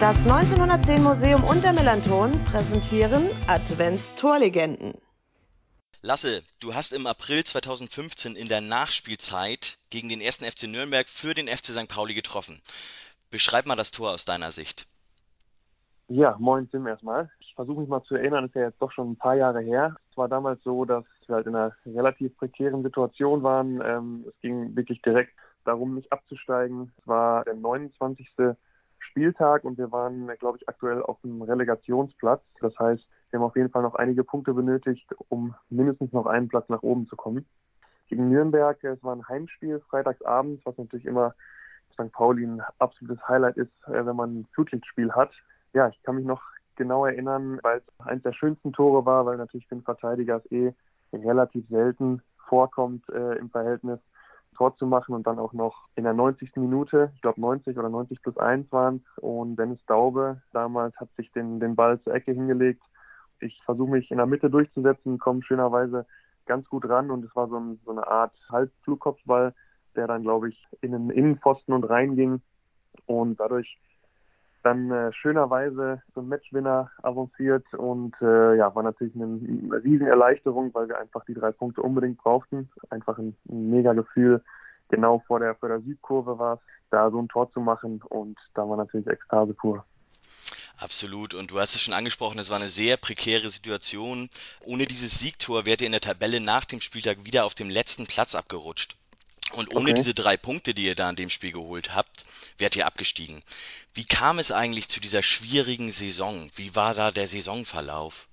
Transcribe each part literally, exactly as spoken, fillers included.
Das neunzehnhundertzehn Museum und der Melanton präsentieren Advents-Torlegenden. Lasse, du hast im April zweitausendfünfzehn in der Nachspielzeit gegen den ersten F C Nürnberg für den F C Sankt Pauli getroffen. Beschreib mal das Tor aus deiner Sicht. Ja, moin Tim erstmal. Ich versuche mich mal zu erinnern, ist ja jetzt doch schon ein paar Jahre her. Es war damals so, dass wir halt in einer relativ prekären Situation waren. Ähm, es ging wirklich direkt darum, nicht abzusteigen. Es war der neunundzwanzigste Spieltag und wir waren, glaube ich, aktuell auf dem Relegationsplatz. Das heißt, wir haben auf jeden Fall noch einige Punkte benötigt, um mindestens noch einen Platz nach oben zu kommen. Gegen Nürnberg, es war ein Heimspiel, freitagsabends, was natürlich immer Sankt Pauli ein absolutes Highlight ist, wenn man ein Flutlichtspiel hat. Ja, ich kann mich noch genau erinnern, weil es eines der schönsten Tore war, weil natürlich für den Verteidiger es eh relativ selten vorkommt, äh, im Verhältnis Tor zu machen und dann auch noch in der neunzigsten Minute, ich glaube neunzig oder neunzig plus eins waren es, und Dennis Daube damals hat sich den, den Ball zur Ecke hingelegt. Ich versuche mich in der Mitte durchzusetzen, komme schönerweise ganz gut ran und es war so, ein, so eine Art Halbflugkopfball, der dann, glaube ich, in den Innenpfosten und reinging und dadurch dann äh, schönerweise zum Matchwinner avanciert und äh, ja, war natürlich eine, eine Riesenerleichterung, weil wir einfach die drei Punkte unbedingt brauchten. Einfach ein, ein mega Gefühl. Genau vor der, vor der Südkurve war es, da so ein Tor zu machen und da war natürlich Ekstase pur. Absolut. Und du hast es schon angesprochen, es war eine sehr prekäre Situation. Ohne dieses Siegtor wärt ihr in der Tabelle nach dem Spieltag wieder auf dem letzten Platz abgerutscht. Und ohne Okay. diese drei Punkte, die ihr da in dem Spiel geholt habt, wärt ihr abgestiegen. Wie kam es eigentlich zu dieser schwierigen Saison? Wie war da der Saisonverlauf?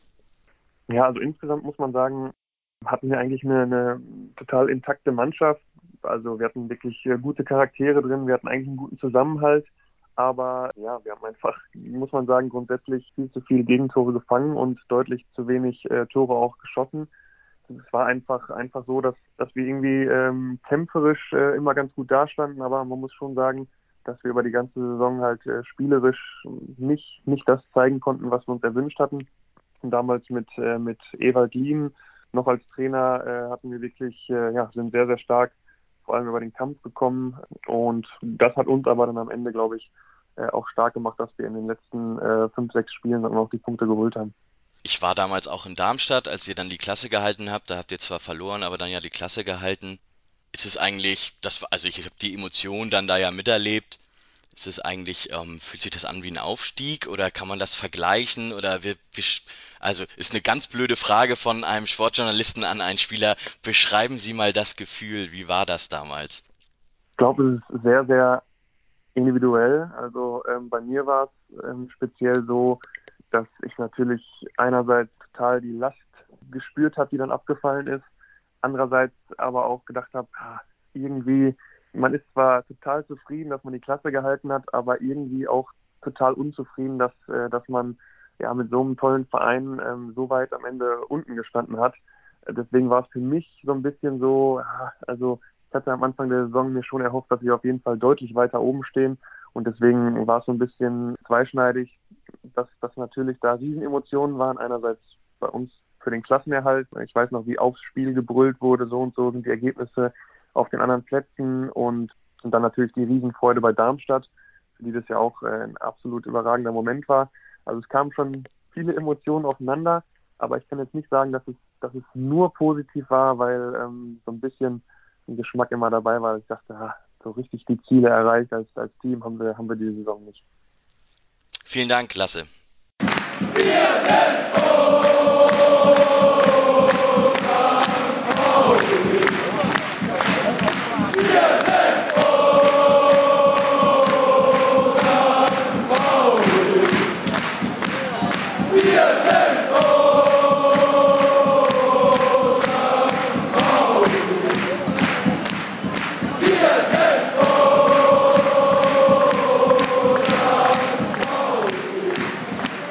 Ja, also insgesamt muss man sagen, hatten wir eigentlich eine, eine total intakte Mannschaft. Also wir hatten wirklich äh, gute Charaktere drin, wir hatten eigentlich einen guten Zusammenhalt. Aber ja, wir haben einfach, muss man sagen, grundsätzlich viel zu viele Gegentore gefangen und deutlich zu wenig äh, Tore auch geschossen. Es war einfach einfach so, dass, dass wir irgendwie ähm, kämpferisch äh, immer ganz gut dastanden, aber man muss schon sagen, dass wir über die ganze Saison halt äh, spielerisch nicht, nicht das zeigen konnten, was wir uns erwünscht hatten. Und damals mit, äh, mit Ewald Lien noch als Trainer äh, hatten wir wirklich, äh, ja, sind sehr, sehr stark vor allem über den Kampf gekommen und das hat uns aber dann am Ende, glaube ich, äh, auch stark gemacht, dass wir in den letzten äh, fünf, sechs Spielen dann auch die Punkte geholt haben. Ich war damals auch in Darmstadt, als ihr dann die Klasse gehalten habt. Da habt ihr zwar verloren, aber dann ja die Klasse gehalten. Ist es eigentlich, das, also ich habe die Emotion dann da ja miterlebt. Ist es eigentlich, ähm, fühlt sich das an wie ein Aufstieg oder kann man das vergleichen? Oder wir, wir, also ist eine ganz blöde Frage von einem Sportjournalisten an einen Spieler. Beschreiben Sie mal das Gefühl, wie war das damals? Ich glaube, es ist sehr, sehr individuell. Also ähm, bei mir war es ähm, speziell so, dass ich natürlich einerseits total die Last gespürt habe, die dann abgefallen ist. Andererseits aber auch gedacht habe, ah, irgendwie, man ist zwar total zufrieden, dass man die Klasse gehalten hat, aber irgendwie auch total unzufrieden, dass, äh, dass man ja mit so einem tollen Verein ähm, so weit am Ende unten gestanden hat. Äh, Deswegen war es für mich so ein bisschen so, ah, also ich hatte am Anfang der Saison mir schon erhofft, dass wir auf jeden Fall deutlich weiter oben stehen. Und deswegen war es so ein bisschen zweischneidig, dass, dass natürlich da Riesenemotionen waren. Einerseits bei uns für den Klassenerhalt. Ich weiß noch, wie aufs Spiel gebrüllt wurde, so und so sind die Ergebnisse auf den anderen Plätzen. Und, und dann natürlich die Riesenfreude bei Darmstadt, für die das ja auch äh, ein absolut überragender Moment war. Also es kamen schon viele Emotionen aufeinander. Aber ich kann jetzt nicht sagen, dass es, dass es nur positiv war, weil ähm, so ein bisschen ein Geschmack immer dabei war. Ich dachte, ah, so richtig die Ziele erreicht als, als Team haben wir, haben wir diese Saison nicht. Vielen Dank, Lasse. Wir sind